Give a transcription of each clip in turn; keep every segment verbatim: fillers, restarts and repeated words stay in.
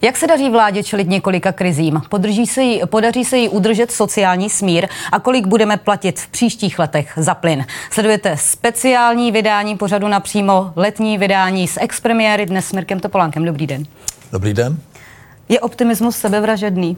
Jak se daří vládě čelit několika krizím? Podrží se jí, podaří se jí udržet sociální smír a kolik budeme platit v příštích letech za plyn? Sledujete speciální vydání pořadu Napřímo, letní vydání z expremiéry dnes s Mirkem Topolánkem. Dobrý den. Dobrý den. Je optimismus sebevražedný?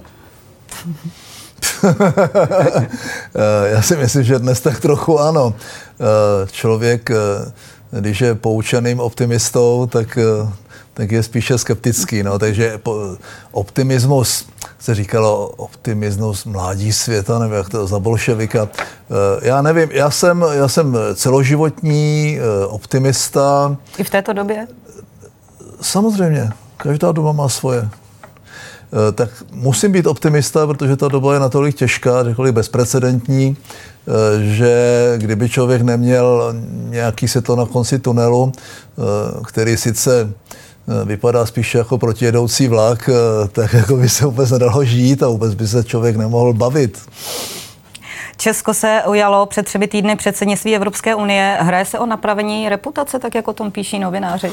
Já si myslím, že dnes tak trochu ano. Člověk, když je poučeným optimistou, tak, tak je spíše skeptický. No. Takže optimismus, se říkalo optimismus mládí světa, nebo jak to za bolševika. Já nevím, já jsem, já jsem celoživotní optimista. I v této době? Samozřejmě, každá doba má svoje. Tak musím být optimista, protože ta doba je natolik těžká, řekl bych bezprecedentní, že kdyby člověk neměl nějaký světlo na konci tunelu, který sice vypadá spíš jako protijedoucí vlak, tak jako by se vůbec nedalo žít a vůbec by se člověk nemohl bavit. Česko se ujalo před třemi týdny předsednictví Evropské unie. Hraje se o napravení reputace, tak jako o tom píší novináři?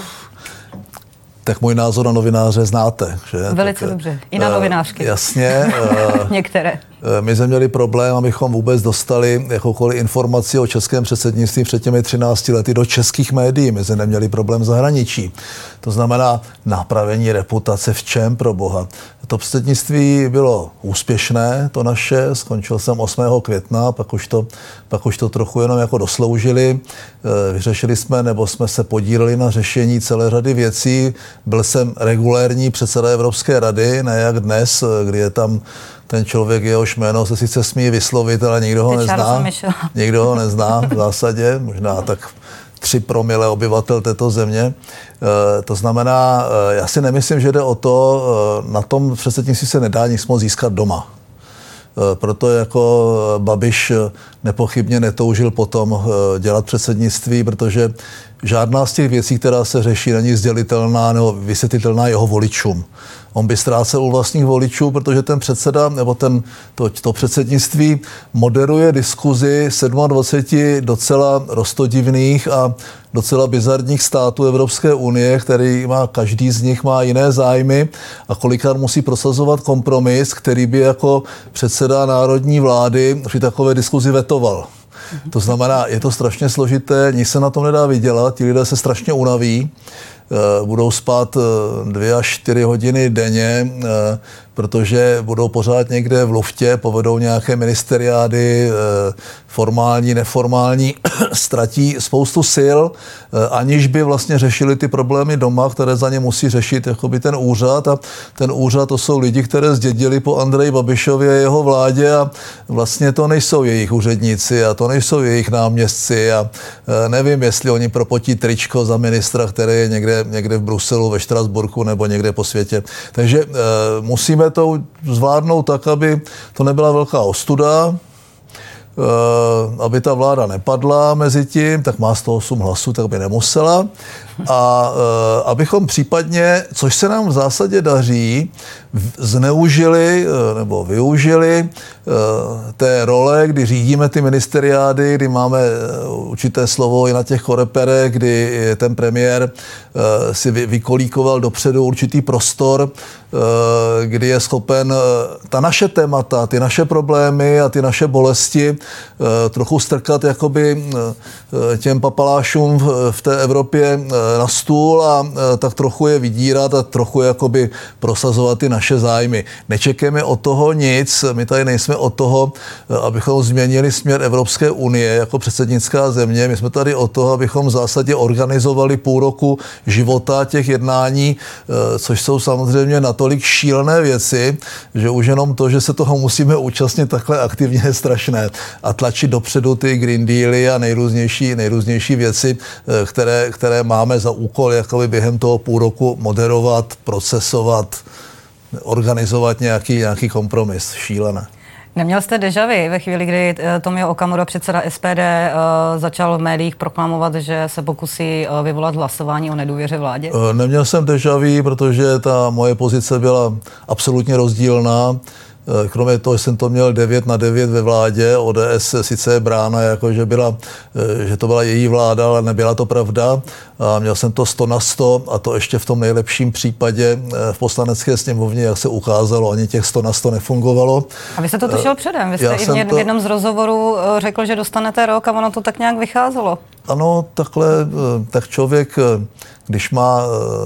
Tak můj názor na novináře znáte, že? Velice tak, dobře. I na novinářky. Jasně. Některé. My jsme měli problém, abychom vůbec dostali jakoukoliv informaci o českém předsednictví před těmi třinácti lety do českých médií. My jsme neměli problém v zahraničí. To znamená napravení reputace v čem, pro boha. To předsednictví bylo úspěšné, to naše, skončil jsem osmého května, pak už to, pak už to trochu jenom jako dosloužili. Vyřešili jsme, nebo jsme se podíleli na řešení celé řady věcí. Byl jsem regulérní předseda Evropské rady, ne jak dnes, kdy je tam ten člověk, jehož jméno se sice smí vyslovit, ale nikdo ho nezná. Nikdo ho nezná v zásadě, možná tak tři promile obyvatel této země. E, to znamená, e, já si nemyslím, že jde o to, e, na tom předsednictví se nedá nic moc získat doma. E, proto jako Babiš nepochybně netoužil potom e, dělat předsednictví, protože žádná z těch věcí, která se řeší, není sdělitelná nebo vysvětlitelná jeho voličům. On by ztrácel u vlastních voličů, protože ten předseda, nebo ten, to, to předsednictví moderuje diskuzi dvaceti sedmi docela roztodivných a docela bizarních států Evropské unie, který má, každý z nich má jiné zájmy a kolikrát musí prosazovat kompromis, který by jako předseda národní vlády při takové diskuzi vetoval. To znamená, je to strašně složité, nic se na tom nedá vydělat, ti lidé se strašně unaví, budou spát dvě až čtyři hodiny denně, protože budou pořád někde v luftě, povedou nějaké ministeriády, formální, neformální, ztratí spoustu sil, aniž by vlastně řešili ty problémy doma, které za ně musí řešit jakoby ten úřad. A ten úřad, to jsou lidi, které zdědili po Andreji Babišovi a jeho vládě a vlastně to nejsou jejich úředníci a to nejsou jejich náměstci a nevím, jestli oni propotí tričko za ministra, který je někde, někde v Bruselu, ve Štrasburku nebo někde po světě. Takže musíme to zvládnout tak, aby to nebyla velká ostuda, aby ta vláda nepadla mezi tím, tak má sto osm hlasů, tak by nemusela. A abychom případně, což se nám v zásadě daří, zneužili nebo využili té role, kdy řídíme ty ministeriády, kdy máme určité slovo i na těch koreperech, kdy ten premiér si vykolíkoval dopředu určitý prostor, kdy je schopen ta naše témata, ty naše problémy a ty naše bolesti trochu strkat jakoby těm papalášům v té Evropě na stůl a tak trochu je vydírat a trochu jakoby prosazovat ty naše zájmy. Nečekejme od toho nic, my tady nejsme od toho, abychom změnili směr Evropské unie jako předsednická země. My jsme tady od toho, abychom v zásadě organizovali půl roku života těch jednání, což jsou samozřejmě natolik šílené věci, že už jenom to, že se toho musíme účastnit takhle aktivně je strašné a tlačit dopředu ty Green Dealy a nejrůznější, nejrůznější věci, které, které máme za úkol jakoby během toho půl roku moderovat, procesovat, organizovat nějaký, nějaký kompromis. Šílené. Neměl jste déjà vu ve chvíli, kdy Tomio Okamura, předseda S P D, začal v médiích proklamovat, že se pokusí vyvolat hlasování o nedůvěře vládě? Neměl jsem déjà vu, protože ta moje pozice byla absolutně rozdílná. kromě toho, že jsem to měl devět na devět ve vládě, O D S sice je brána, jako že, byla, že to byla její vláda, ale nebyla to pravda. A měl jsem to sto na sto a to ještě v tom nejlepším případě v Poslanecké sněmovně, jak se ukázalo, ani těch sto na sto nefungovalo. A vy jste to tušil předem, vy jste i v jednom to... z rozhovorů řekl, že dostanete rok a ono to tak nějak vycházelo. Ano, takhle, tak člověk, když má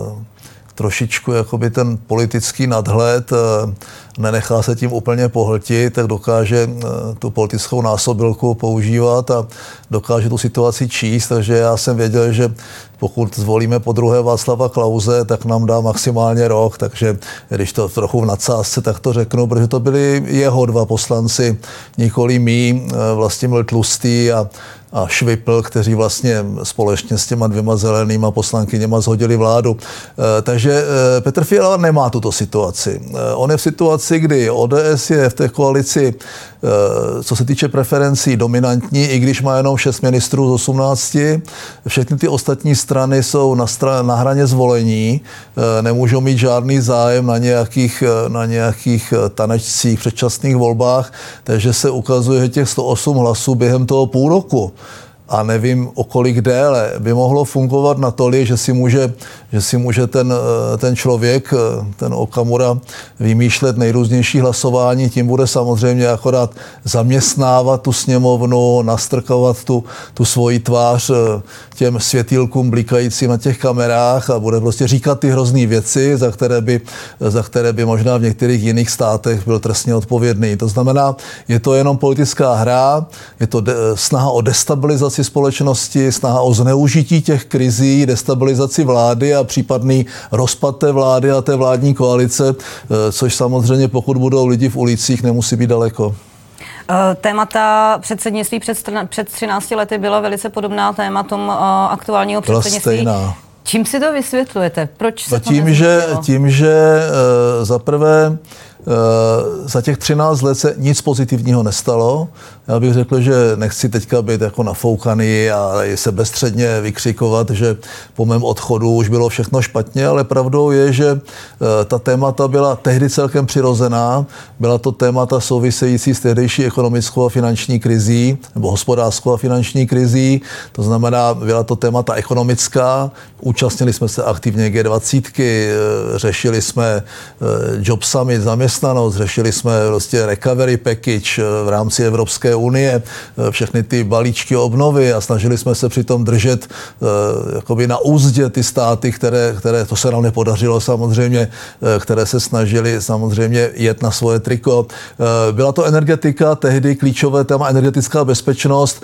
trošičku jakoby ten politický nadhled, nenechá se tím úplně pohltit, tak dokáže tu politickou násobilku používat a dokáže tu situaci číst, takže já jsem věděl, že pokud zvolíme po druhé Václava Klause, tak nám dá maximálně rok, takže když to trochu v nadsázce, tak to řeknu, protože to byli jeho dva poslanci, nikoli mý, Vlastimil Tlustý a a Švipl, kteří vlastně společně s těma dvěma zelenýma poslankyněma zhodili vládu. E, takže e, Petr Fiala nemá tuto situaci. E, on je v situaci, kdy O D S je v té koalici, e, co se týče preferencí, dominantní, i když má jenom šest ministrů z osmnácti. Všechny ty ostatní strany jsou na, stran- na hraně zvolení, e, nemůžou mít žádný zájem na nějakých, na nějakých tanečcích, předčasných volbách, takže se ukazuje, že těch sto osm hlasů během toho půl roku a nevím, o kolik déle by mohlo fungovat natolik, že si může, že si může ten, ten člověk, ten Okamura, vymýšlet nejrůznější hlasování, tím bude samozřejmě akorát zaměstnávat tu sněmovnu, nastrkovat tu, tu svoji tvář těm světýlkům blikajícím na těch kamerách a bude prostě říkat ty hrozný věci, za které by, za které by možná v některých jiných státech byl trestně odpovědný. To znamená, je to jenom politická hra, je to de, snaha o destabilizaci společnosti, snaha o zneužití těch krizí, destabilizaci vlády a případný rozpad té vlády a té vládní koalice, což samozřejmě, pokud budou lidi v ulicích, nemusí být daleko. Témata předsednictví před, před třinácti lety byla velice podobná tématům aktuálního předsednictví. Byla stejná. Čím si to vysvětlujete? Proč se to tím, že, tím, že uh, za prvé uh, za těch třináct let se nic pozitivního nestalo. Já bych řekl, že nechci teďka být jako nafoukaný a sebestředně vykřikovat, že po mém odchodu už bylo všechno špatně, ale pravdou je, že uh, ta témata byla tehdy celkem přirozená. Byla to témata související s tehdejší ekonomickou a finanční krizí, nebo hospodářskou a finanční krizí. To znamená, byla to témata ekonomická. Účastnili jsme se aktivně G dvacet, řešili jsme Job Summit, zaměstnanost, řešili jsme vlastně recovery package v rámci Evropské unie, všechny ty balíčky obnovy a snažili jsme se přitom držet jakoby na úzdě ty státy, které, které, to se nám nepodařilo samozřejmě, které se snažili samozřejmě jet na svoje triko. Byla to energetika, tehdy klíčové téma energetická bezpečnost,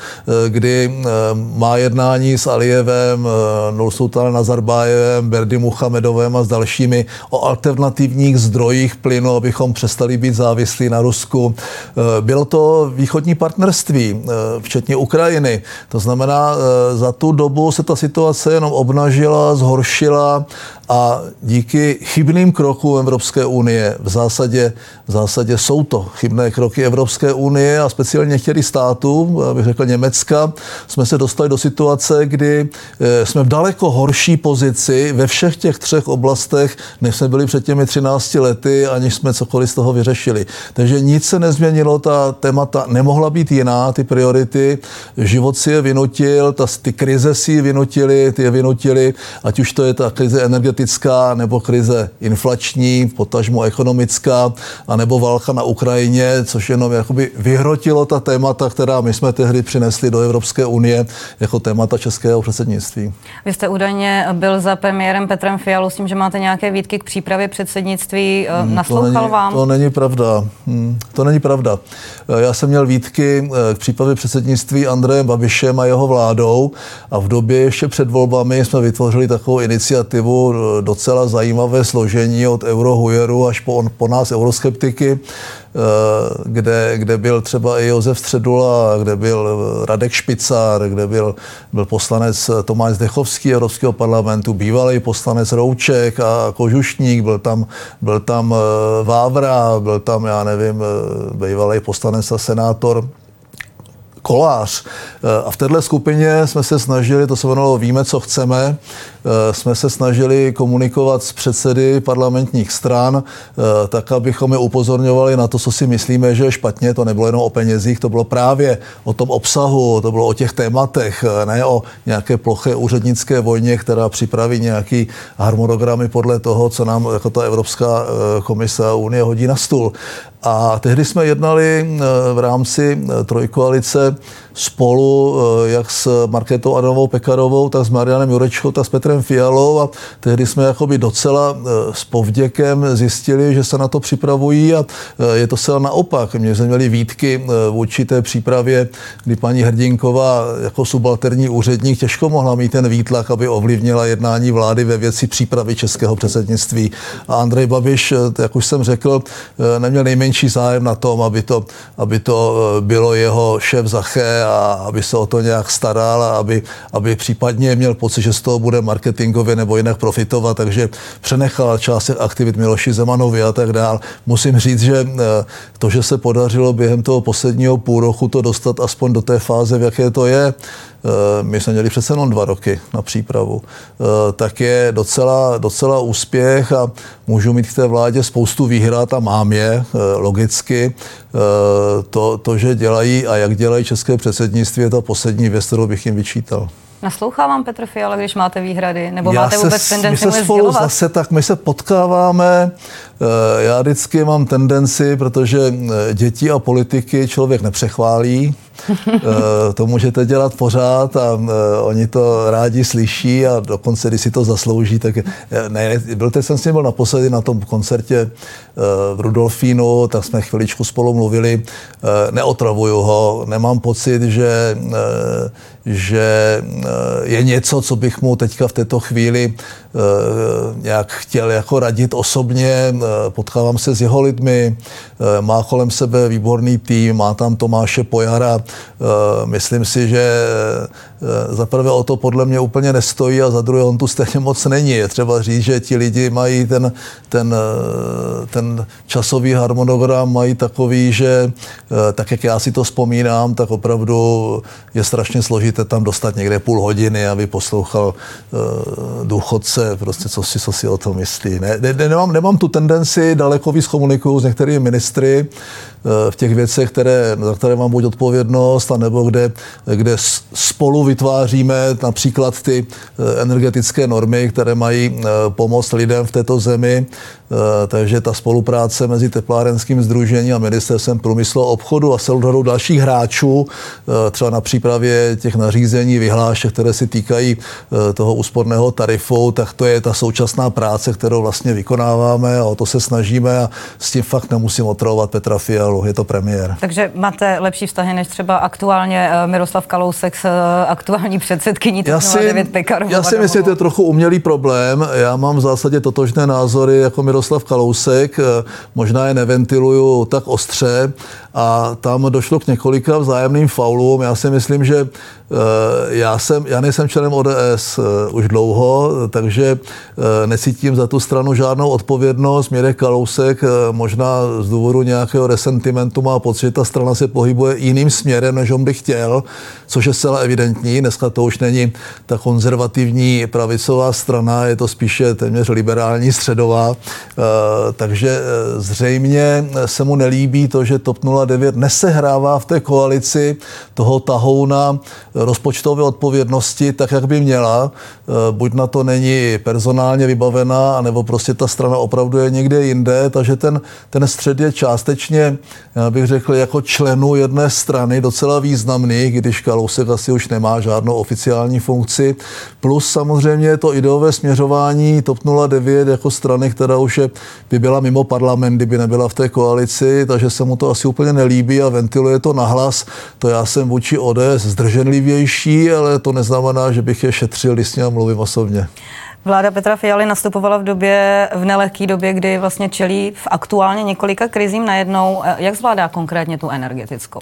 kdy má jednání s Alijevem, Nursultanem Nazarbájevem, Berdy Muhamedovem a s dalšími o alternativních zdrojích plynu, abychom přestali být závislí na Rusku. Bylo to východní partnerství, včetně Ukrajiny. To znamená, za tu dobu se ta situace jenom obnažila, zhoršila a díky chybným krokům Evropské unie, v zásadě, v zásadě jsou to chybné kroky Evropské unie a speciálně některých států, abych řekl Německa, jsme se dostali do situace, kdy jsme v daleko horší pozici ve všech těch třech oblastech, než jsme byli před těmi třinácti lety, aniž jsme cokoliv z toho vyřešili. Takže nic se nezměnilo, ta témata nemohla být jiná, ty priority. Život si je vynutil, ta, ty krize si je vynutili, ty je vynutili, ať už to je ta krize energetická, nebo krize inflační, potažmo ekonomická, anebo válka na Ukrajině, což jenom jakoby vyhrotilo ta témata, která my jsme tehdy přinesli do Evropské unie jako témata českého předsednictví. Vy jste údajně byl za premiérem Petrem Fialou s tím, že máte nějaké výtky k přípravě předsednictví. Hmm, Naslouchal to není, vám? To není pravda. Hmm, to není pravda. Já jsem měl výtky k přípravě předsednictví Andrejem Babišem a jeho vládou a v době ještě před volbami jsme vytvořili takovou iniciativu, docela zajímavé složení od eurohujerů až po, po nás euroskeptiky, kde, kde byl třeba i Josef Středula, kde byl Radek Špicár, kde byl, byl poslanec Tomáš Zdechovský Evropského parlamentu, bývalý poslanec Rouček a Kožušník, byl tam, byl tam Vávra, byl tam, já nevím, bývalý poslanec a senátor Kolář. A v této skupině jsme se snažili, to se jmenovalo Víme, co chceme, jsme se snažili komunikovat s předsedy parlamentních stran, tak, abychom je upozorňovali na to, co si myslíme, že je špatně. To nebylo jenom o penězích, to bylo právě o tom obsahu, to bylo o těch tématech, ne o nějaké ploché úřednické vojně, která připraví nějaký harmonogramy podle toho, co nám jako ta Evropská komise a Unie hodí na stůl. A tehdy jsme jednali v rámci trojkoalice spolu jak s Markétou Adamovou Pekarovou, tak s Marianem Jurečkou, tak s Petrem Fialou a tehdy jsme jakoby docela s povděkem zjistili, že se na to připravují a je to zcela naopak. Mě jsme měli výtky vůči té přípravě, kdy paní Hrdinková jako subalterní úředník těžko mohla mít ten výtlak, aby ovlivnila jednání vlády ve věci přípravy českého předsednictví. A Andrej Babiš, jak už jsem řekl, neměl nejmenší zájem na tom, aby to, aby to bylo jeho šéf Zaché a aby se o to nějak staral a aby, aby případně měl pocit, že z toho bude marketingově nebo jinak profitovat, takže přenechal část aktivit Miloši Zemanovi a tak dál. Musím říct, že to, že se podařilo během toho posledního půl roku to dostat aspoň do té fáze, v jaké to je, my jsme měli přece jenom dva roky na přípravu, tak je docela, docela úspěch a můžu mít k té vládě spoustu výhrad a mám je, logicky. To, to, že dělají a jak dělají české předsednictví, je ta poslední věc, kterou bych jim vyčítal. Naslouchá vám Petr Fiala, když máte výhrady? Nebo já máte se, vůbec tendenci mu je spolu sdělovat? Zase tak my se potkáváme. Já vždycky mám tendenci, protože děti a politiky člověk nepřechválí. To můžete dělat pořád a oni to rádi slyší a dokonce, když si to zaslouží, tak ne, byl teď jsem s ním byl naposledy na tom koncertě v Rudolfínu, tak jsme chviličku spolu mluvili. Neotravuju ho, nemám pocit, že, že je něco, co bych mu teďka v této chvíli nějak chtěl jako radit osobně. Potkávám se s jeho lidmi, má kolem sebe výborný tým, má tam Tomáše Pojara. Myslím si, že za prvé o to podle mě úplně nestojí a za druhé on tu stejně moc není. Je třeba říct, že ti lidi mají ten, ten, ten časový harmonogram, mají takový, že tak, jak já si to vzpomínám, tak opravdu je strašně složité tam dostat někde půl hodiny, aby poslouchal důchodce, prostě co si, co si o tom myslí. Ne, ne, nemám, nemám tu tendenci, daleko víc komunikuju s některými ministry v těch věcech, které, za které mám buď odpovědnost, anebo kde, kde spolu vytváříme například ty energetické normy, které mají pomoct lidem v této zemi. Takže ta spolupráce mezi teplárenským sdružením a ministerstvem průmyslu a obchodu a celou řadou dalších hráčů, třeba na přípravě těch nařízení, vyhlášek, které se týkají toho úsporného tarifu, tak to je ta současná práce, kterou vlastně vykonáváme a o to se snažíme a s tím fakt nemusím otravovat Petra Fialu, je to premiér. Takže máte lepší vztahy než třeba aktuálně Miroslav Kalousek s aktuální předsedkyní TOP nula devět Pekarovou. Já si myslím, že to je trochu umělý problém. Já mám v zásadě totožné názory jako Miroslav Kalousek, možná je neventiluju tak ostře a tam došlo k několika vzájemným faulům. Já si myslím, že já, jsem, já nejsem členem O D S už dlouho, takže necítím za tu stranu žádnou odpovědnost. Mirek Kalousek možná z důvodu nějakého resentimentu má pocit, že ta strana se pohybuje jiným směrem, než on by chtěl, což je zcela evidentní. Dneska to už není ta konzervativní pravicová strana, je to spíše téměř liberální středová. Takže zřejmě se mu nelíbí to, že TOP nula devět nesehrává v té koalici toho tahouna rozpočtové odpovědnosti tak, jak by měla. Buď na to není personálně vybavená, anebo prostě ta strana opravdu je někde jinde, takže ten, ten střed je částečně, já bych řekl, jako členů jedné strany docela významný, když Kalousek asi už nemá žádnou oficiální funkci. Plus samozřejmě to ideové směřování TOP nula devět jako strany, která už je, by byla mimo parlament, kdyby nebyla v té koalici, takže se mu to asi úplně nelíbí a ventiluje to nahlas. To já jsem vůči O D S zdrženlivější, ale to neznamená, že bych je šetřil, když s ním mluvím osobně. Vláda Petra Fialy nastupovala v době, v nelehké době, kdy vlastně čelí v aktuálně několika krizím najednou. Jak zvládá konkrétně tu energetickou?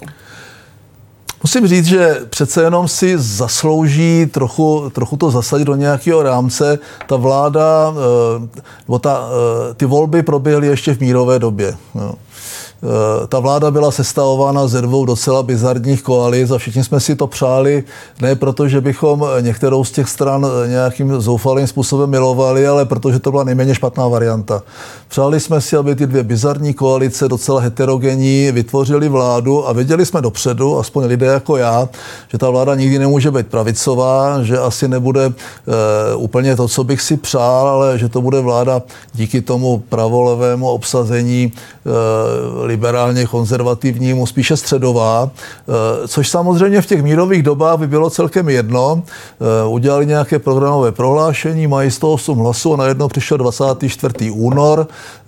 Musím říct, že přece jenom si zaslouží trochu, trochu to zasadit do nějakého rámce. Ta vláda, nebo ta, ty volby proběhly ještě v mírové době. No. Ta vláda byla sestavována ze dvou docela bizarních koalic a všichni jsme si to přáli, ne proto, že bychom některou z těch stran nějakým zoufalým způsobem milovali, ale protože to byla nejméně špatná varianta. Přáli jsme si, aby ty dvě bizarní koalice, docela heterogenní, vytvořili vládu a věděli jsme dopředu, aspoň lidé jako já, že ta vláda nikdy nemůže být pravicová, že asi nebude e, úplně to, co bych si přál, ale že to bude vláda díky tomu pravolevému obsazení e, liberálně konzervativnímu, spíše středová, e, což samozřejmě v těch mírových dobách by bylo celkem jedno. E, udělali nějaké programové prohlášení, mají sto osm hlasů a najednou přišel dvacátého čtvrtého února.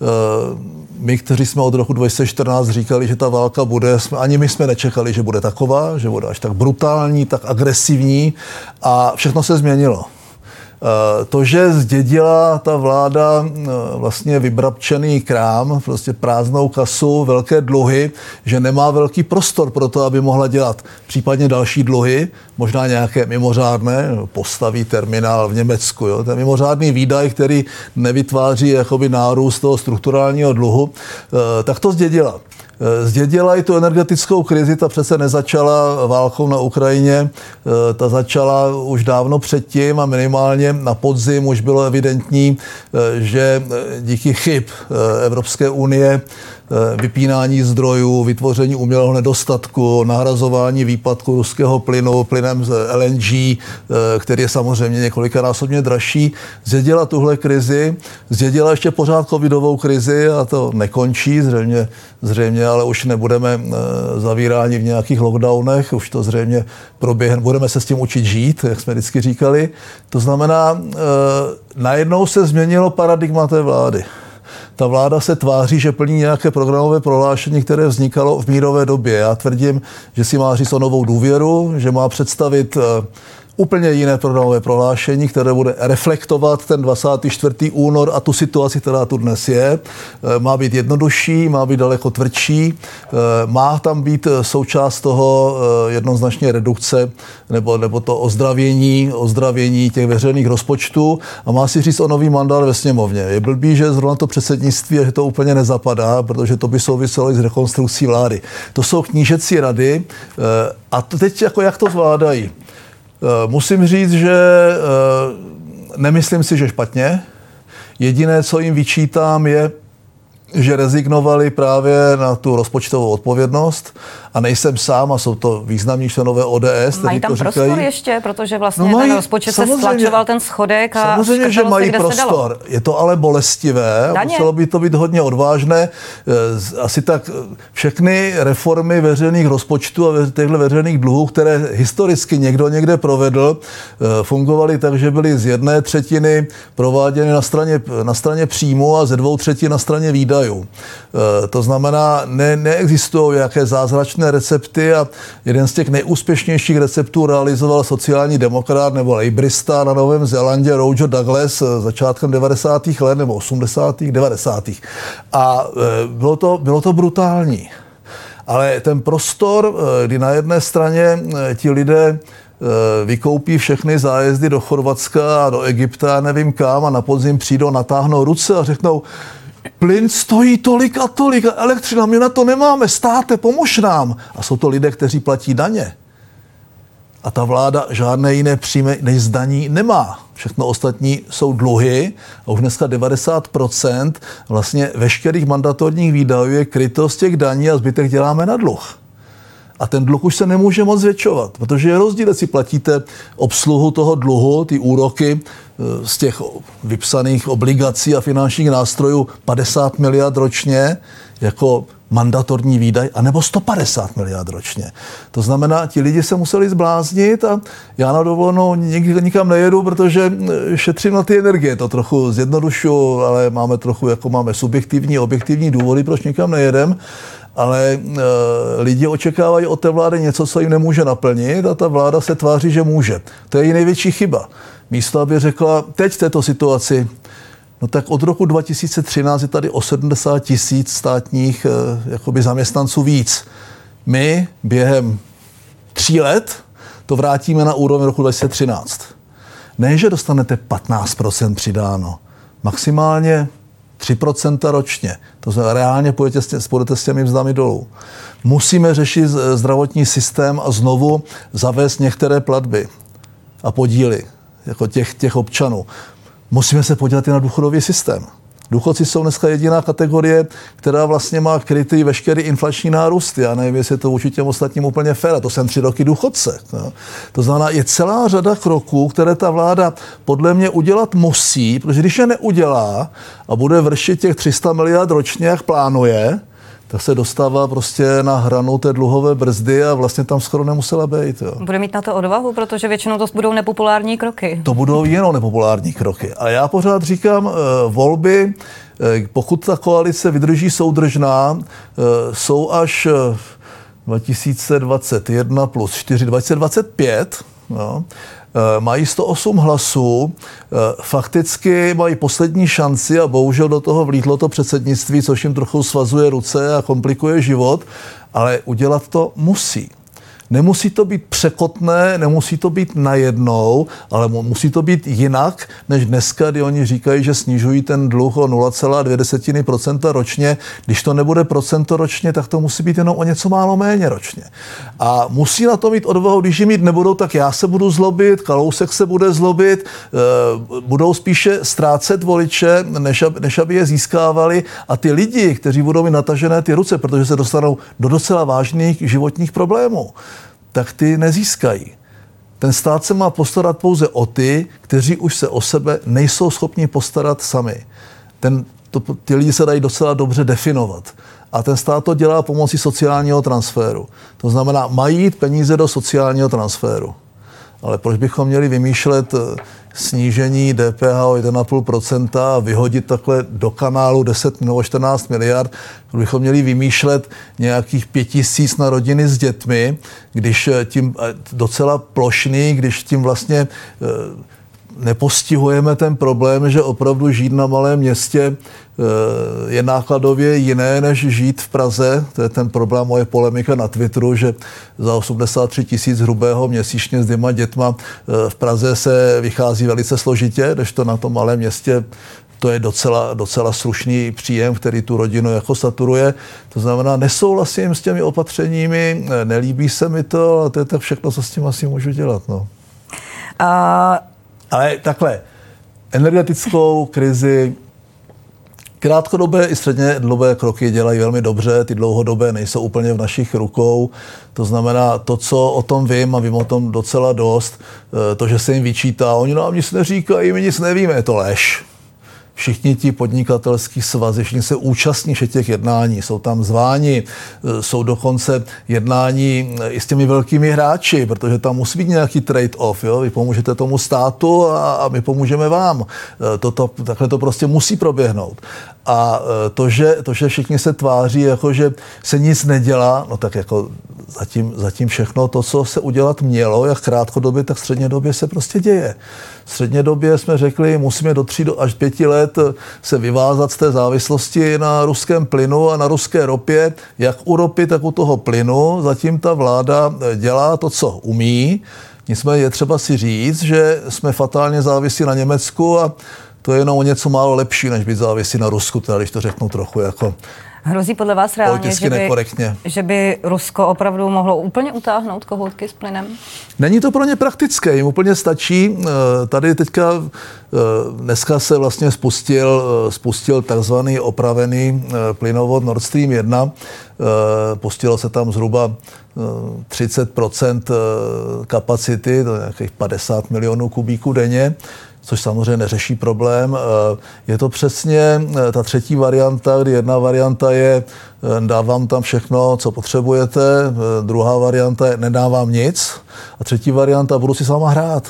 E, My, kteří jsme od roku dva tisíce čtrnáct říkali, že ta válka bude, ani my jsme nečekali, že bude taková, že bude až tak brutální, tak agresivní a všechno se změnilo. To, že zdědila ta vláda vlastně vybrabčený krám, prostě prázdnou kasu, velké dluhy, že nemá velký prostor pro to, aby mohla dělat případně další dluhy, možná nějaké mimořádné, postaví terminál v Německu. Jo? Ten mimořádný výdaj, který nevytváří jakoby nárůst toho strukturálního dluhu, tak to zdědila. Zdědila i tu energetickou krizi, ta přece nezačala válkou na Ukrajině, ta začala už dávno předtím a minimálně na podzim už bylo evidentní, že díky chyb Evropské unie, vypínání zdrojů, vytvoření umělého nedostatku, nahrazování výpadku ruského plynu plynem z L N G, který je samozřejmě několikanásobně dražší, zdědila tuhle krizi, zdědila ještě pořád covidovou krizi a to nekončí, zřejmě, zřejmě ale už nebudeme zavíráni v nějakých lockdownech, už to zřejmě proběhne, budeme se s tím učit žít, jak jsme vždycky říkali. To znamená, najednou se změnilo paradigma té vlády. Ta vláda se tváří, že plní nějaké programové prohlášení, které vznikalo v mírové době. Já tvrdím, že si má říct o novou důvěru, že má představit úplně jiné programové prohlášení, které bude reflektovat ten dvacátého čtvrtého února a tu situaci, která tu dnes je. Má být jednodušší, má být daleko tvrdší, má tam být součást toho jednoznačně redukce nebo, nebo to ozdravění, ozdravění těch veřejných rozpočtů a má si říct o nový mandát ve sněmovně. Je blbý, že zrovna to předsednictví a že to úplně nezapadá, protože to by souviselo i s rekonstrukcí vlády. To jsou knížecí rady a teď jako jak to zvládají. Musím říct, že nemyslím si, že špatně. Jediné, co jim vyčítám, je, že rezignovali právě na tu rozpočtovou odpovědnost a nejsem sám a jsou to významní členové O D S. Mají tam prostor říkají, ještě, protože vlastně no mají, ten rozpočet se stlačoval ten schodek a samozřejmě, že mají se, prostor. Je to ale bolestivé. Muselo by to být hodně odvážné. Asi tak všechny reformy veřejných rozpočtů a těchto veřejných dluhů, které historicky někdo někde provedl, fungovaly tak, že byly z jedné třetiny prováděny na straně, na straně příjmu a ze dvou třetin na straně výdajů. To znamená, ne, neexistují jaké zázračné recepty a jeden z těch nejúspěšnějších receptů realizoval sociální demokrat nebo lejbrista na Novém Zélandě Roger Douglas začátkem devadesátých let nebo osmdesátých, devadesátých A bylo to, bylo to brutální. Ale ten prostor, kdy na jedné straně ti lidé vykoupí všechny zájezdy do Chorvatska a do Egypta, nevím kam, a na podzim přijdou, natáhnou ruce a řeknou: plyn stojí tolik a tolik, a elektřina, my na to nemáme, státe, pomož nám. A jsou to lidé, kteří platí daně. A ta vláda žádné jiné příjmy než z daní nemá. Všechno ostatní jsou dluhy a už dneska devadesát procent vlastně veškerých mandatorních výdajů je kryto z těch daní a zbytek děláme na dluh. A ten dluh už se nemůže moc zvětšovat, protože je rozdíl, jestli platíte obsluhu toho dluhu, ty úroky z těch vypsaných obligací a finančních nástrojů padesát miliard ročně jako mandatorní výdaj, anebo sto padesát miliard ročně. To znamená, ti lidi se museli zbláznit a já na dovolenou nikam nejedu, protože šetřím na ty energie. To trochu zjednodušuju, ale máme trochu, jako máme subjektivní, objektivní důvody, proč nikam nejedem. Ale e, lidi očekávají od té vlády něco, co jim nemůže naplnit, a ta vláda se tváří, že může. To je její největší chyba. Místo, aby řekla, teď v této situaci, no tak od roku dva tisíce třináct je tady o sedmdesát tisíc státních e, jakoby zaměstnanců víc. My během tří let to vrátíme na úroveň roku dva tisíce třináct. Ne, že dostanete patnáct procent přidáno, maximálně tři procenta ročně. To znamená, reálně půjdete s, půjdete s těmi mzdami dolů. Musíme řešit zdravotní systém a znovu zavést některé platby a podíly jako těch, těch občanů. Musíme se podívat i na důchodový systém. Důchodci jsou dneska jediná kategorie, která vlastně má krytý veškerý inflační nárůst. Já nevím, jestli je to vůči těm ostatním úplně fér. A to jsem tři roky důchodce. No. To znamená, je celá řada kroků, které ta vláda podle mě udělat musí, protože když je neudělá a bude vršit těch tři sta miliard ročně, jak plánuje, tak se dostává prostě na hranu té dluhové brzdy a vlastně tam skoro nemusela být. Jo. Bude mít na to odvahu, protože většinou to budou nepopulární kroky. To budou jenom nepopulární kroky. A já pořád říkám, volby, pokud ta koalice vydrží soudržná, jsou až dva tisíce dvacet jedna plus čtyři, dva tisíce dvacet pět, no, mají sto osm hlasů, fakticky mají poslední šanci a bohužel do toho vlítlo to předsednictví, což jim trochu svazuje ruce a komplikuje život, ale udělat to musí. Nemusí to být překotné, nemusí to být najednou, ale musí to být jinak, než dneska, kdy oni říkají, že snižují ten dluh o nula celá dvě procenta ročně. Když to nebude procento ročně, tak to musí být jenom o něco málo méně ročně. A musí na to mít odvahu, když ji mít nebudou, tak já se budu zlobit, Kalousek se bude zlobit, budou spíše ztrácet voliče, než aby, než aby je získávali. A ty lidi, kteří budou mít natažené ty ruce, protože se dostanou do docela vážných životních problémů, tak ty nezískají. Ten stát se má postarat pouze o ty, kteří už se o sebe nejsou schopni postarat sami. Ten, to, ty lidi se dají docela dobře definovat. A ten stát to dělá pomocí sociálního transferu. To znamená, mají jít peníze do sociálního transferu. Ale proč bychom měli vymýšlet snížení D P H o jedna celá pět procenta a vyhodit takhle do kanálu deset nebo čtrnáct miliard, bychom měli vymýšlet nějakých pět tisíc na rodiny s dětmi, když tím docela plošný, když tím vlastně nepostihujeme ten problém, že opravdu žít na malém městě je nákladově jiné, než žít v Praze. To je ten problém, moje polemika na Twitteru, že za osmdesát tři tisíc hrubého měsíčně s dvěma dětma v Praze se vychází velice složitě, když to na tom malém městě to je docela, docela slušný příjem, který tu rodinu jako saturuje. To znamená, nesouhlasím s těmi opatřeními, nelíbí se mi to, ale to je tak všechno, co s tím asi můžu dělat. No. Uh... Ale takhle, energetickou krizi krátkodobé i střednědobé kroky dělají velmi dobře, ty dlouhodobé nejsou úplně v našich rukou. To znamená, to, co o tom vím, a vím o tom docela dost, to, že se jim vyčítá, oni nám nic neříkají, my nic nevíme, je to lež. Všichni ti podnikatelský svazy, všichni se účastní všech těch jednání, jsou tam zváni, jsou dokonce jednání i s těmi velkými hráči, protože tam musí být nějaký trade-off, jo? Vy pomůžete tomu státu a, a my pomůžeme vám. Toto, takhle to prostě musí proběhnout. A to že, to, že všichni se tváří, jako že se nic nedělá, no tak jako zatím, zatím všechno to, co se udělat mělo, jak krátkodobě, tak střednědobě se prostě děje. V střednědobě jsme řekli, musíme do tří až pěti let se vyvázat z té závislosti na ruském plynu a na ruské ropě, jak u ropy, tak u toho plynu. Zatím ta vláda dělá to, co umí. Nicméně je třeba si říct, že jsme fatálně závisí na Německu a to je jenom o něco málo lepší, než být závisí na Rusku, teda když to řeknu trochu jako Hrozí podle vás reálně, že by, nekorektně. že by Rusko opravdu mohlo úplně utáhnout kohoutky s plynem? Není to pro ně praktické, jim úplně stačí. Tady teďka dneska se vlastně spustil, spustil takzvaný opravený plynovod Nord Stream jedna. Pustilo se tam zhruba třicet procent kapacity, to je nějakých padesát milionů kubíků denně, což samozřejmě neřeší problém. Je to přesně ta třetí varianta, kdy jedna varianta je, dávám tam všechno, co potřebujete, druhá varianta je, nedávám nic, a třetí varianta, budu si s váma hrát.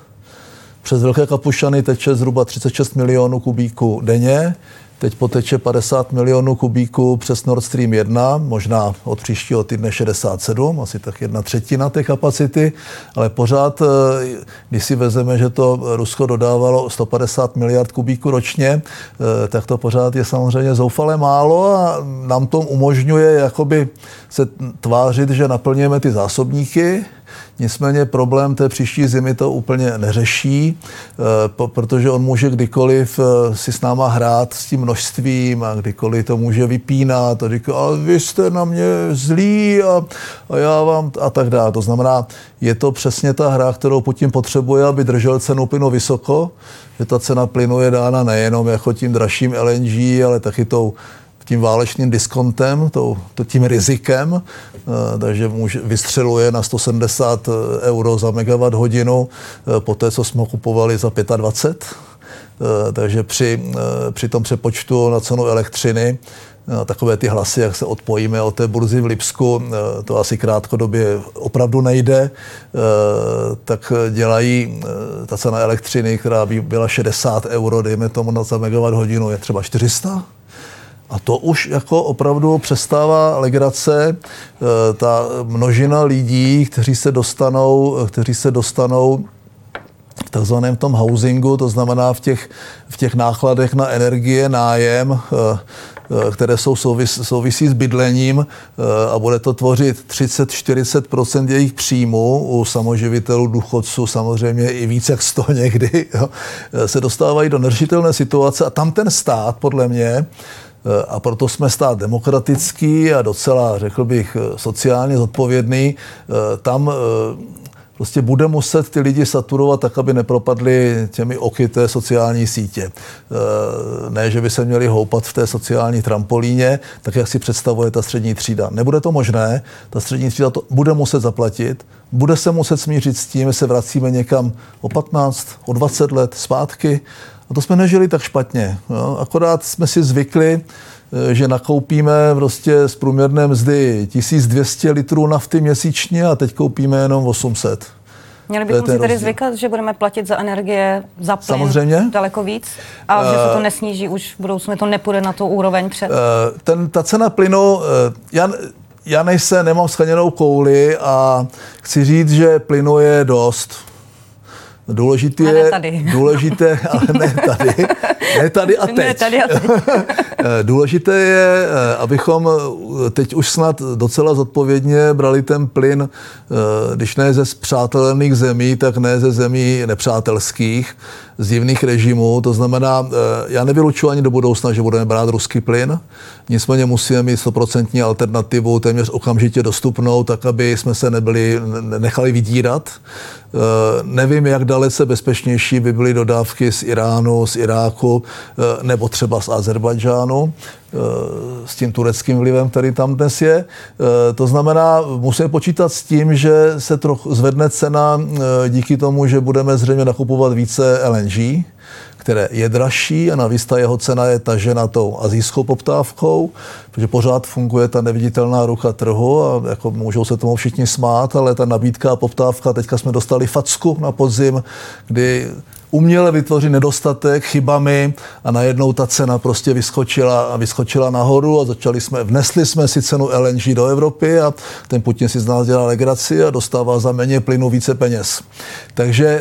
Přes Velké Kapušany teče zhruba třicet šest milionů kubíků denně, teď poteče padesát milionů kubíků přes Nord Stream jedna, možná od příštího týdne šedesát sedm, asi tak jedna třetina té kapacity, ale pořád, když si vezeme, že to Rusko dodávalo sto padesát miliard kubíků ročně, tak to pořád je samozřejmě zoufale málo a nám to umožňuje jakoby se tvářit, že naplňujeme ty zásobníky, Nicméně problém té příští zimy to úplně neřeší, protože on může kdykoliv si s náma hrát s tím množstvím a kdykoliv to může vypínat a říká, ale vy jste na mě zlí a, a já vám a tak dále. To znamená, je to přesně ta hra, kterou Putin potřebuje, aby držel cenu plynu vysoko, že ta cena plynu je dána nejenom jako tím dražším L N G, ale taky tou tím válečným diskontem, to, to tím rizikem, takže může, vystřeluje na sto sedmdesát euro za megawatt hodinu, po té, co jsme ho kupovali za dvacet pět. Takže při, při tom přepočtu na cenu elektřiny, takové ty hlasy, jak se odpojíme od té burzy v Lipsku, to asi krátkodobě opravdu nejde, tak dělají ta cena elektřiny, která by byla šedesát euro, dejme tomu za megawatt hodinu, je třeba čtyři sta. A to už jako opravdu přestává legrace. Ta množina lidí, kteří se dostanou, kteří se dostanou v takzvaném tom housingu, to znamená v těch, v těch nákladech na energie, nájem, které jsou souvis, souvisí s bydlením a bude to tvořit třicet až čtyřicet procent jejich příjmů u samoživitelů, důchodců, samozřejmě i víc jak sto někdy, jo, se dostávají do neřešitelné situace a tam ten stát, podle mě, a proto jsme stát demokratický a docela, řekl bych, sociálně zodpovědný, tam prostě bude muset ty lidi saturovat tak, aby nepropadli těmi oky té sociální sítě. Ne, že by se měli houpat v té sociální trampolíně, tak jak si představuje ta střední třída. Nebude to možné, ta střední třída to bude muset zaplatit, bude se muset smířit s tím, že se vracíme někam o patnáct, o dvacet let zpátky. A to jsme nežili tak špatně. Jo? Akorát jsme si zvykli, že nakoupíme prostě z průměrné mzdy tisíc dvě stě litrů nafty měsíčně a teď koupíme jenom osm set. Měli bychom si tedy zvykat, že budeme platit za energie, za plyn samozřejmě daleko víc a uh, že se to nesníží, už v budoucnu to nepůjde na tu úroveň před. Uh, ten, ta cena plynu, uh, já, já nejsem, nemám skleněnou kouli a chci říct, že plynu je dost. Důležité je, důležité, ale ne tady, ne tady a teď. Ne tady a teď. Důležité je, abychom teď už snad docela zodpovědně brali ten plyn, když ne ze spřátelených zemí, tak ne ze zemí nepřátelských, z divných režimů. To znamená, já nevylučuji ani do budoucna, že budeme brát ruský plyn, nicméně musíme mít stoprocentní alternativu téměř okamžitě dostupnou, tak aby jsme se nebyli, nechali vydírat. Nevím, jak dalece bezpečnější by byly dodávky z Iránu, z Iráku nebo třeba z Azerbajdžánu s tím tureckým vlivem, který tam dnes je. To znamená, musíme počítat s tím, že se trochu zvedne cena díky tomu, že budeme zřejmě nakupovat více L N G, které je dražší a navíc ta jeho cena je tažena tou asijskou poptávkou, protože pořád funguje ta neviditelná ruka trhu a jako můžou se tomu všichni smát, ale ta nabídka a poptávka, teďka jsme dostali facku na podzim, kdy uměle vytvoří nedostatek chybami a najednou ta cena prostě vyskočila a vyskočila nahoru a začali jsme, vnesli jsme si cenu L N G do Evropy a ten Putin si z nás dělá legraci a dostává za méně plynu více peněz. Takže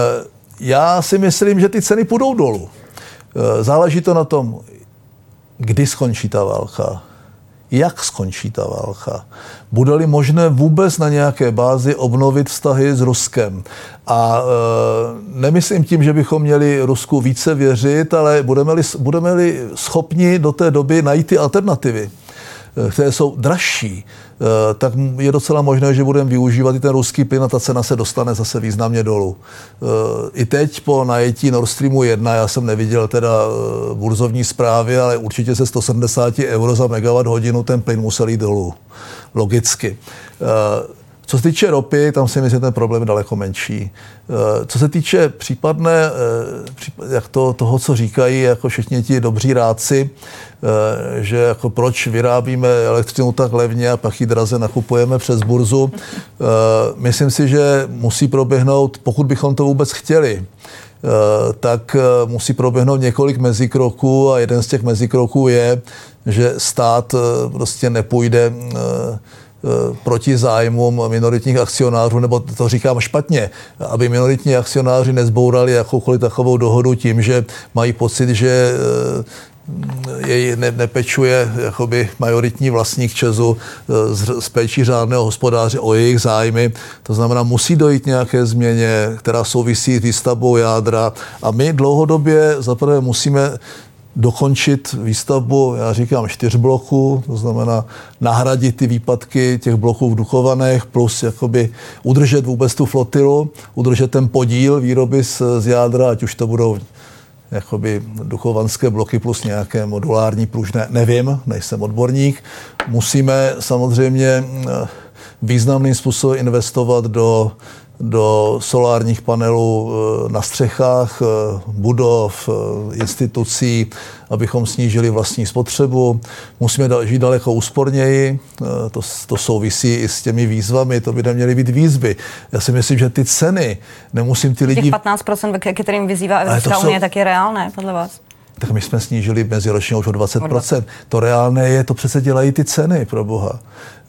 já si myslím, že ty ceny půjdou dolů. Záleží to na tom, kdy skončí ta válka, jak skončí ta válka. Bude-li možné vůbec na nějaké bázi obnovit vztahy s Ruskem. A e, nemyslím tím, že bychom měli Rusku více věřit, ale budeme-li, budeme-li schopni do té doby najít ty alternativy, které jsou dražší, tak je docela možné, že budeme využívat i ten ruský plyn a ta cena se dostane zase významně dolů. I teď po najetí Nord Streamu jedna, já jsem neviděl teda burzovní zprávy, ale určitě se sto sedmdesát euro za megawatt hodinu ten plyn musel jít dolů. Logicky. Co se týče ropy, tam si myslím, že ten problém je daleko menší. Co se týče případné, jak to, toho, co říkají jako všichni ti dobří rádci, že jako proč vyrábíme elektřinu tak levně a pak ji draze nakupujeme přes burzu, myslím si, že musí proběhnout, pokud bychom to vůbec chtěli, tak musí proběhnout několik mezikroků a jeden z těch mezikroků je, že stát prostě nepůjde proti zájmům minoritních akcionářů, nebo to říkám špatně, aby minoritní akcionáři nezbourali jakoukoliv takovou dohodu tím, že mají pocit, že jej ne, nepečuje jakoby majoritní vlastník ČEZu z, z péčí řádného hospodáře o jejich zájmy. To znamená, musí dojít nějaké změně, která souvisí s výstavbou jádra. A my dlouhodobě zaprvé musíme dokončit výstavbu, já říkám, čtyř bloků, to znamená nahradit ty výpadky těch bloků v Dukovanech, plus jakoby udržet vůbec tu flotilu, udržet ten podíl výroby z, z jádra, ať už to budou jakoby dukovanské bloky plus nějaké modulární pružné, nevím, nejsem odborník. Musíme samozřejmě významným způsobem investovat do do solárních panelů na střechách budov, institucí, abychom snížili vlastní spotřebu. Musíme žít daleko úsporněji, to, to souvisí i s těmi výzvami, to by neměly být výzvy. Já si myslím, že ty ceny, nemusím ty lidi... Těch patnáct procent, kterým vyzývá Evropská jsou... unie, tak je reálné podle vás? Tak my jsme snížili meziročně už o dvacet procent. To reálné je, to přece dělají ty ceny, pro boha.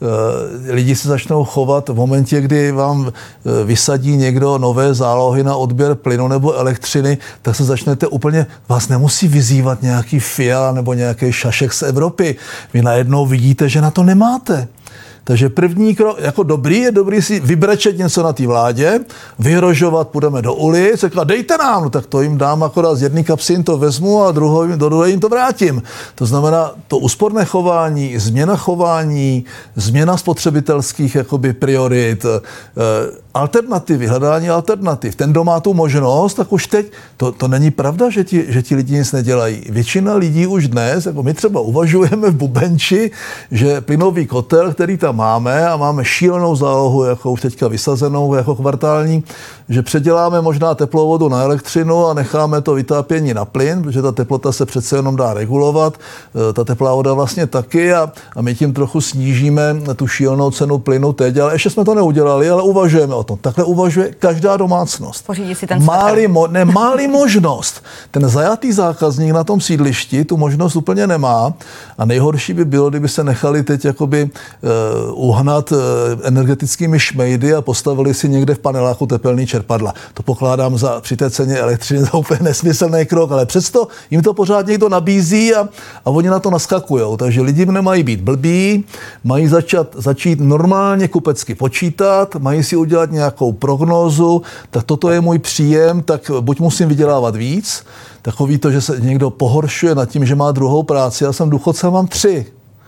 Lidi se začnou chovat v momentě, kdy vám vysadí někdo nové zálohy na odběr plynu nebo elektřiny, tak se začnete úplně, vás nemusí vyzývat nějaký Fiala nebo nějaký šašek z Evropy. Vy najednou vidíte, že na to nemáte. Takže první krok, jako dobrý, je dobrý si vybrečet něco na té vládě, vyhrožovat, půjdeme do ulic, říkat, dejte nám, no, tak to jim dám akorát z jedné kapsy jim to vezmu a druhou, do druhé jim to vrátím. To znamená, to úsporné chování, změna chování, změna spotřebitelských jakoby priorit, eh, alternativy, hledání alternativ. Ten, kdo má tu možnost, tak už teď, to, to není pravda, že ti, že ti lidi nic nedělají. Většina lidí už dnes, jako my třeba uvažujeme v Bubenči, že plynový kotel, který tam máme a máme šílenou zálohu, jako už teďka vysazenou, jako kvartální, že předěláme možná teplou vodu na elektřinu a necháme to vytápění na plyn, protože ta teplota se přece jenom dá regulovat, ta teplá voda vlastně taky a, a my tím trochu snížíme tu šílenou cenu plynu teď, ale ještě jsme to neudělali, ale uvažujeme o tom. Takhle uvažuje každá domácnost. Pořídí si ten máli, mo, ne, máli možnost. Ten zajatý zákazník na tom sídlišti tu možnost úplně nemá a nejhorší by bylo, kdyby se nechali teď jakoby uh, uhnat uh, energetickými šmejdy a postavili si někde v paneláku tepelný čerpadla. To pokládám za při té ceně elektřiny za úplně nesmyslný krok, ale přesto jim to pořád někdo nabízí a, a oni na to naskakujou. Takže lidi nemají být blbí, mají začat, začít normálně kupecky počítat, mají si udělat nějakou prognózu, tak toto je můj příjem, tak buď musím vydělávat víc, takový to, že se někdo pohoršuje nad tím, že má druhou práci, já jsem důchodce a mám tři.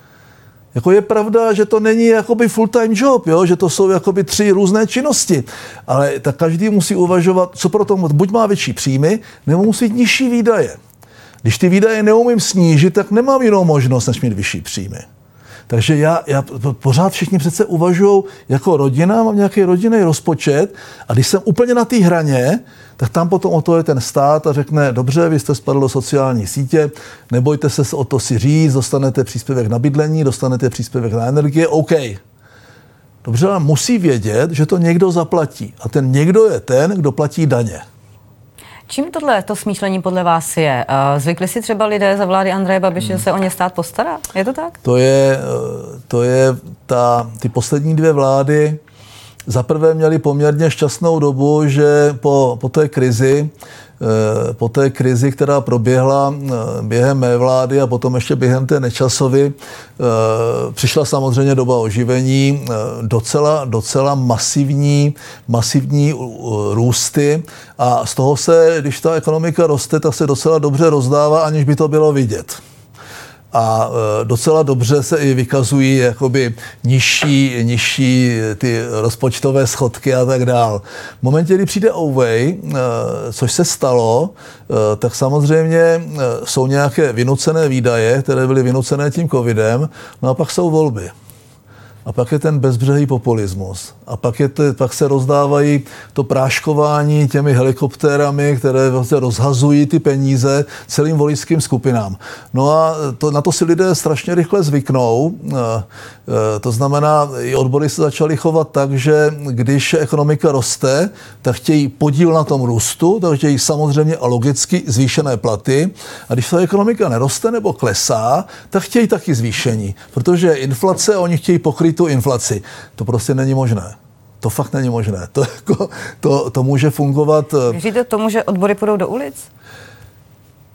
Jako je pravda, že to není jakoby full-time job, jo? Že to jsou jakoby tři různé činnosti, ale tak každý musí uvažovat, co pro to, buď má větší příjmy, nebo musí mít nižší výdaje. Když ty výdaje neumím snížit, tak nemám jinou možnost, než mít vyšší příjmy. Takže já, já pořád všichni přece uvažují jako rodina, mám nějaký rodinný rozpočet a když jsem úplně na té hraně, tak tam potom o to je ten stát a řekne, dobře, vy jste spadl do sociální sítě, nebojte se o to si říct, dostanete příspěvek na bydlení, dostanete příspěvek na energie, OK. Dobře, ale musí vědět, že to někdo zaplatí a ten někdo je ten, kdo platí daně. Čím tohle to smýšlení podle vás je? Zvykli si třeba lidé za vlády Andreje Babiše, že se o ně stát postará? Je to tak? To je, to je ta, ty poslední dvě vlády zaprvé měly poměrně šťastnou dobu, že po, po té krizi, po té krizi, která proběhla během mé vlády a potom ještě během té Nečasovy, přišla samozřejmě doba oživení, docela, docela masivní, masivní růsty a z toho se, když ta ekonomika roste, tak se docela dobře rozdává, aniž by to bylo vidět. A docela dobře se i vykazují jakoby nižší, nižší ty rozpočtové schodky a tak dál. V momentě, kdy přijde Ouvej, což se stalo, tak samozřejmě jsou nějaké vynucené výdaje, které byly vynucené tím covidem, no a pak jsou volby. A pak je ten bezbřehý populismus. A pak, je to, pak se rozdávají to práškování těmi helikoptérami, které vlastně rozhazují ty peníze celým voličským skupinám. No a to, na to si lidé strašně rychle zvyknou. To znamená, i odbory se začaly chovat tak, že když ekonomika roste, tak chtějí podíl na tom růstu, tak chtějí samozřejmě a logicky zvýšené platy. A když ta ekonomika neroste nebo klesá, tak chtějí taky zvýšení. Protože inflace, oni chtějí pokryt tu inflaci. To prostě není možné. To fakt není možné. To, jako, to, to může fungovat... Věříte tomu, že odbory půjdou do ulic?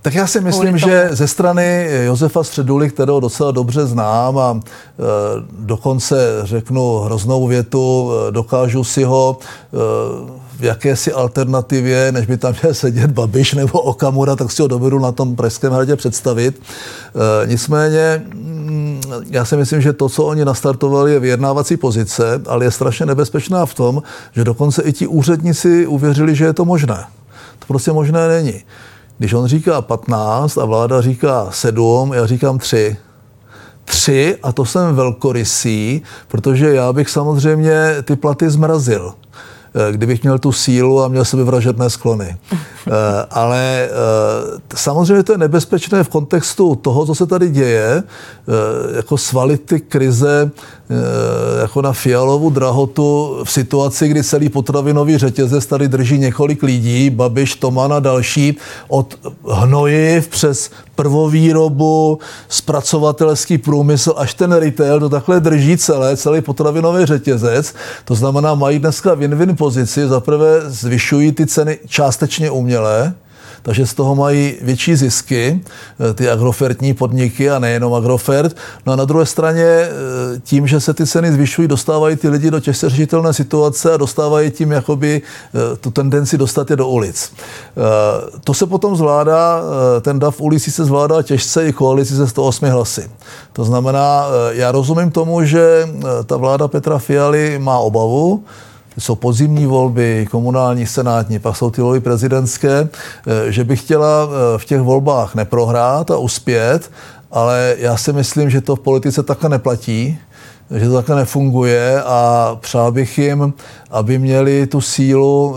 Tak já si myslím, že ze strany Josefa Středuly, kterého docela dobře znám a e, dokonce řeknu hroznou větu, e, dokážu si ho e, v jakési alternativě, než by tam měl sedět Babiš nebo Okamura, tak si ho dovedu na tom Pražském hradě představit. E, nicméně já si myslím, že to, co oni nastartovali, je vyjednávací pozice, ale je strašně nebezpečná v tom, že dokonce i ti úředníci uvěřili, že je to možné. To prostě možné není. Když on říká patnáct a vláda říká sedm, já říkám tři. Tři a to jsem velkorysý, protože já bych samozřejmě ty platy zmrazil, kdybych měl tu sílu a měl sebevražedné sklony. Ale samozřejmě to je nebezpečné v kontextu toho, co se tady děje, jako svalit ty krize jako na Fialovu drahotu v situaci, kdy celý potravinový řetězec tady drží několik lidí, Babiš, Toman a další, od hnojiv přes prvovýrobu, zpracovatelský průmysl, až ten retail, to takhle drží celé, celý potravinový řetězec. To znamená, mají dneska win-win pozici, zaprvé zvyšují ty ceny částečně uměle, takže z toho mají větší zisky, ty agrofertní podniky a nejenom Agrofert. No a na druhé straně tím, že se ty ceny zvyšují, dostávají ty lidi do těžce řešitelné situace a dostávají tím jakoby tu tendenci dostat je do ulic. To se potom zvládá, ten dav ulicí se zvládá těžce i koalici se sto osmi hlasy. To znamená, já rozumím tomu, že ta vláda Petra Fialy má obavu, jsou podzimní volby, komunální, senátní, pak jsou ty volby prezidentské, že by chtěla v těch volbách neprohrát a uspět, ale já si myslím, že to v politice takhle neplatí, že to takhle nefunguje a přál bych jim, aby měli tu sílu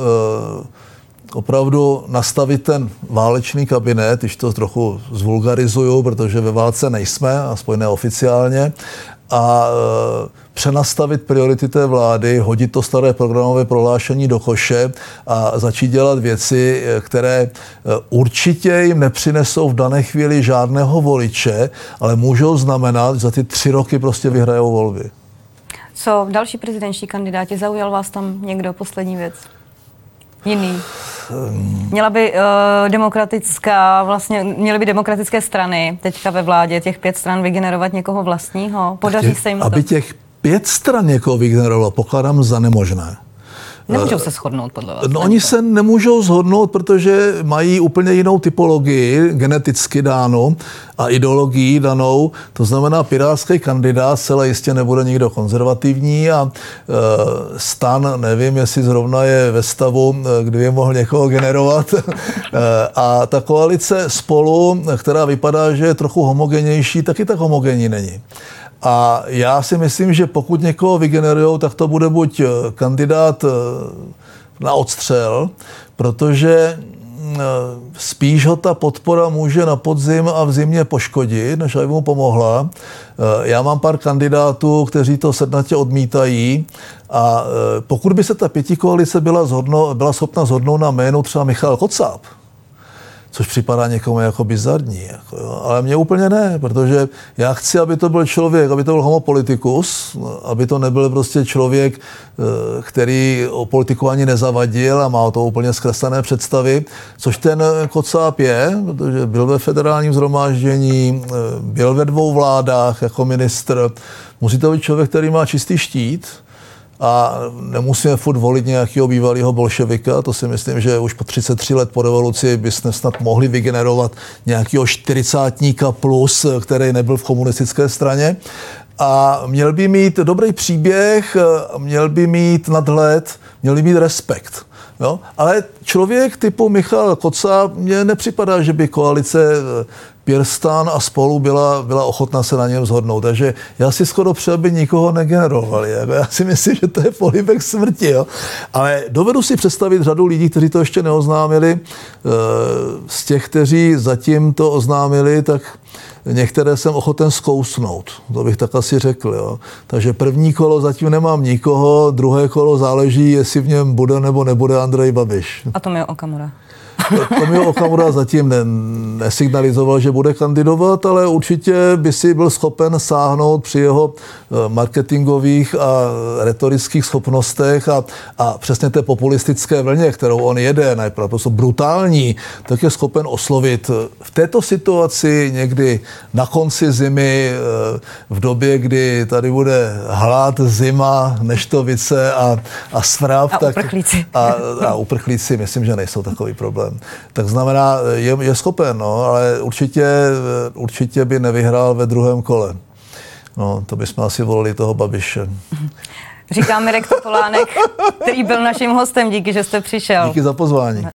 opravdu nastavit ten válečný kabinet, když to trochu zvulgarizuju, protože ve válce nejsme, aspoň neoficiálně, a e, přenastavit priority té vlády, hodit to staré programové prohlášení do koše a začít dělat věci, které určitě jim nepřinesou v dané chvíli žádného voliče, ale můžou znamenat, že za ty tři roky prostě vyhrajou volby. Co další prezidentští kandidáti? Zaujal vás tam někdo? Poslední věc. Jiný. Měla by uh, demokratická, vlastně měly by demokratické strany teďka ve vládě, těch pět stran vygenerovat někoho vlastního? Podaří těch, se jim to? Aby těch pět stran někoho vygenerovalo, pokládám za nemožné. Nemůžou se shodnout podle vás? No, oni se nemůžou shodnout, protože mají úplně jinou typologii, geneticky dánou a ideologii danou. To znamená, pirátský kandidát zcela jistě nebude nikdo konzervativní a e, stan, nevím, jestli zrovna je ve stavu, kdy by mohl někoho generovat. e, a ta koalice Spolu, která vypadá, že je trochu homogenější, taky tak homogenní není. A já si myslím, že pokud někoho vygenerujou, tak to bude buď kandidát na odstřel, protože spíš ho ta podpora může na podzim a v zimě poškodit, než aby mu pomohla. Já mám pár kandidátů, kteří to sednatě odmítají a pokud by se ta pětikoalice byla, zhodno, byla schopna shodnout na jménu třeba Michal Kocáb, což připadá někomu jako bizarní. Jako jo. Ale mně úplně ne, protože já chci, aby to byl člověk, aby to byl homo politicus, aby to nebyl prostě člověk, který o politiku ani nezavadil a má to úplně zkreslené představy, což ten Kocáb je, protože byl ve federálním shromáždění, byl ve dvou vládách jako ministr. Musí to být člověk, který má čistý štít, a nemusíme furt volit nějakého bývalého bolševika, to si myslím, že už po třicet tři let po revoluci bychom snad mohli vygenerovat nějakého čtyřicátníka plus, který nebyl v komunistické straně. A měl by mít dobrý příběh, měl by mít nadhled, měl by mít respekt. Jo? Ale člověk typu Michal Kocáb, mně nepřipadá, že by koalice PirSTAN a Spolu byla, byla ochotná se na něm shodnout. Takže já si skoro přeju, aby nikoho negenerovali. Jako já si myslím, že to je polibek smrti. Jo? Ale dovedu si představit řadu lidí, kteří to ještě neoznámili. Z těch, kteří zatím to oznámili, tak některé jsem ochoten zkousnout. To bych tak asi řekl. Jo? Takže první kolo zatím nemám nikoho, druhé kolo záleží, jestli v něm bude nebo nebude Andrej Babiš. A Tomio Okamura. Tomio Okamura zatím ne, nesignalizoval, že bude kandidovat, ale určitě by si byl schopen sáhnout při jeho marketingových a retorických schopnostech a, a přesně té populistické vlně, kterou on jede, naprosto brutální, tak je schopen oslovit v této situaci někdy na konci zimy, v době, kdy tady bude hlad, zima, neštovice a, a svrav. A tak, uprchlíci. A, a uprchlíci, myslím, že nejsou takový problém. Tak znamená, je, je schopen, no, ale určitě, určitě by nevyhrál ve druhém kole. No, to bychom asi volili toho Babiše. Říká Mirek Topolánek, který byl naším hostem. Díky, že jste přišel. Díky za pozvání.